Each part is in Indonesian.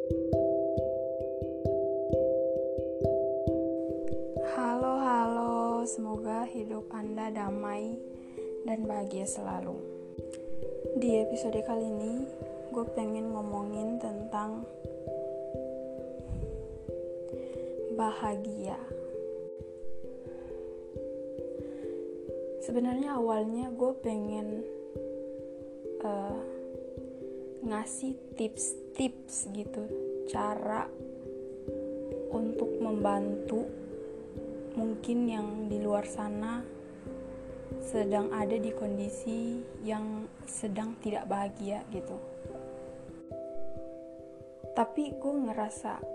Halo, semoga hidup Anda damai dan bahagia selalu. Di episode kali ini, gue pengen ngomongin tentang bahagia. Sebenarnya awalnya gue pengen ngasih tips-tips gitu, cara untuk membantu mungkin yang di luar sana sedang ada di kondisi yang sedang tidak bahagia gitu. Tapi gue ngerasa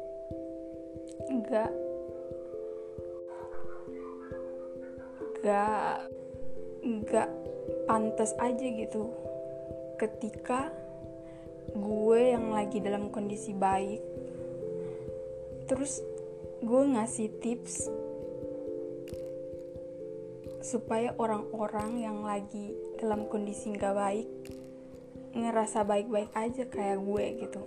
gak pantas aja gitu ketika gue yang lagi dalam kondisi baik terus gue ngasih tips supaya orang-orang yang lagi dalam kondisi gak baik ngerasa baik-baik aja kayak gue gitu.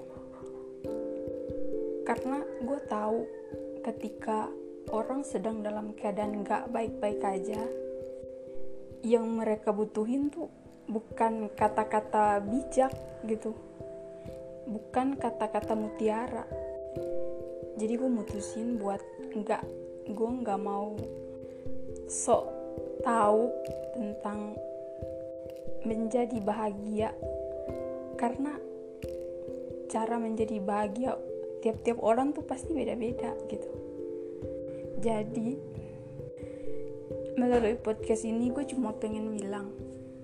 Karena gue tahu ketika orang sedang dalam keadaan gak baik-baik aja, yang mereka butuhin tuh bukan kata-kata bijak gitu, bukan kata-kata mutiara. Jadi gue mutusin buat gue nggak mau sok tahu tentang menjadi bahagia, karena cara menjadi bahagia tiap-tiap orang tuh pasti beda-beda gitu. Jadi melalui podcast ini gue cuma pengen bilang,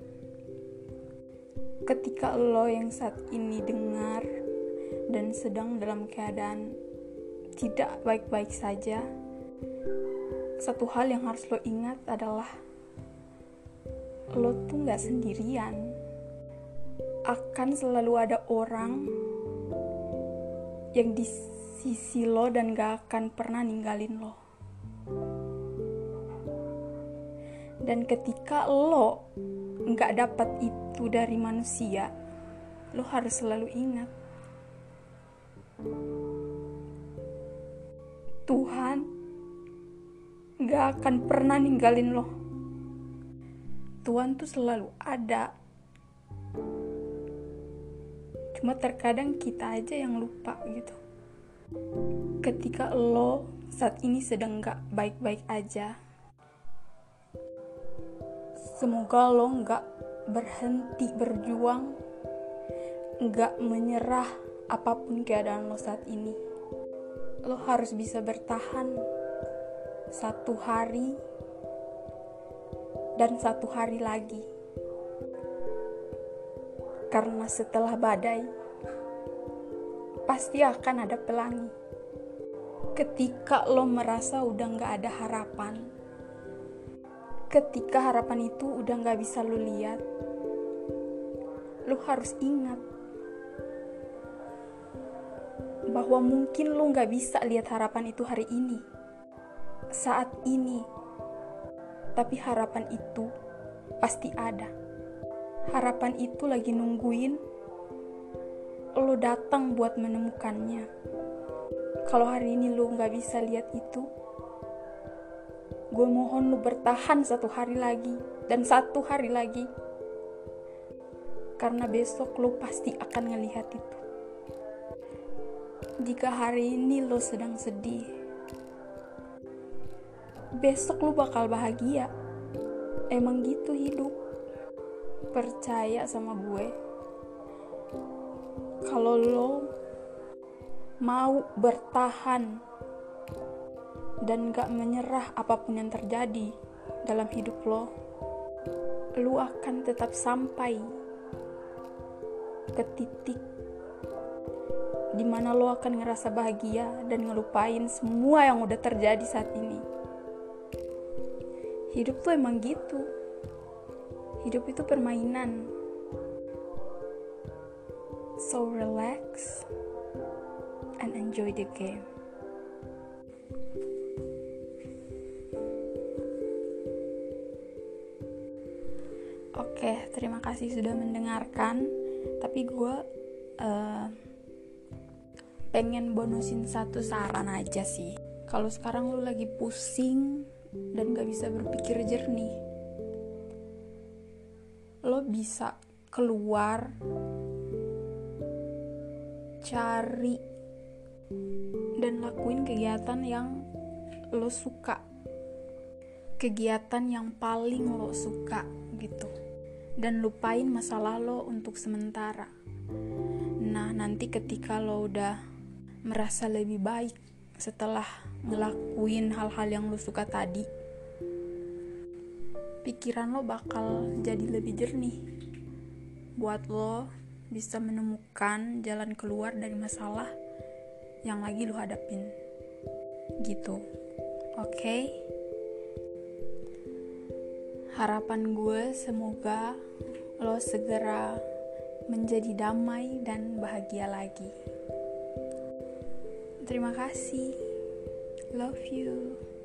ketika lo yang saat ini dengar dan sedang dalam keadaan tidak baik-baik saja, satu hal yang harus lo ingat adalah lo tuh gak sendirian. Akan selalu ada orang yang di sisi lo dan gak akan pernah ninggalin lo. Dan ketika lo gak dapat itu dari manusia, lo harus selalu ingat Tuhan gak akan pernah ninggalin lo. Tuhan tuh selalu ada. Cuma terkadang kita aja yang lupa gitu. Ketika lo saat ini sedang gak baik-baik aja, semoga lo gak berhenti berjuang, gak menyerah apapun keadaan lo saat ini. Lo harus bisa bertahan satu hari dan satu hari lagi. Karena setelah badai pasti akan ada pelangi. Ketika lo merasa udah gak ada harapan, ketika harapan itu udah gak bisa lo lihat, lo harus ingat bahwa mungkin lo gak bisa lihat harapan itu hari ini, saat ini, tapi harapan itu pasti ada. Harapan itu lagi nungguin lo datang buat menemukannya. Kalau hari ini lo gak bisa lihat itu, gue mohon lo bertahan satu hari lagi dan satu hari lagi, karena besok lo pasti akan ngelihat itu. Jika hari ini lo sedang sedih, besok lo bakal bahagia. Emang gitu hidup. Percaya sama gue, kalau lo mau bertahan dan gak menyerah apapun yang terjadi dalam hidup lo akan tetap sampai ke titik dimana lo akan ngerasa bahagia dan ngelupain semua yang udah terjadi saat ini. Hidup tuh emang gitu. Hidup itu permainan. So relax and enjoy the game. Oke, terima kasih sudah mendengarkan. Tapi gue pengen bonusin satu saran aja sih. Kalau sekarang lu lagi pusing dan gak bisa berpikir jernih, lo bisa keluar, cari dan lakuin kegiatan yang lo suka, kegiatan yang paling lo suka gitu, dan lupain masalah lo untuk sementara. Nah, nanti ketika lo udah merasa lebih baik setelah ngelakuin hal-hal yang lo suka tadi, pikiran lo bakal jadi lebih jernih buat lo bisa menemukan jalan keluar dari masalah yang lagi lo hadapin gitu. Oke? Harapan gue semoga lo segera menjadi damai dan bahagia lagi. Terima kasih. Love you.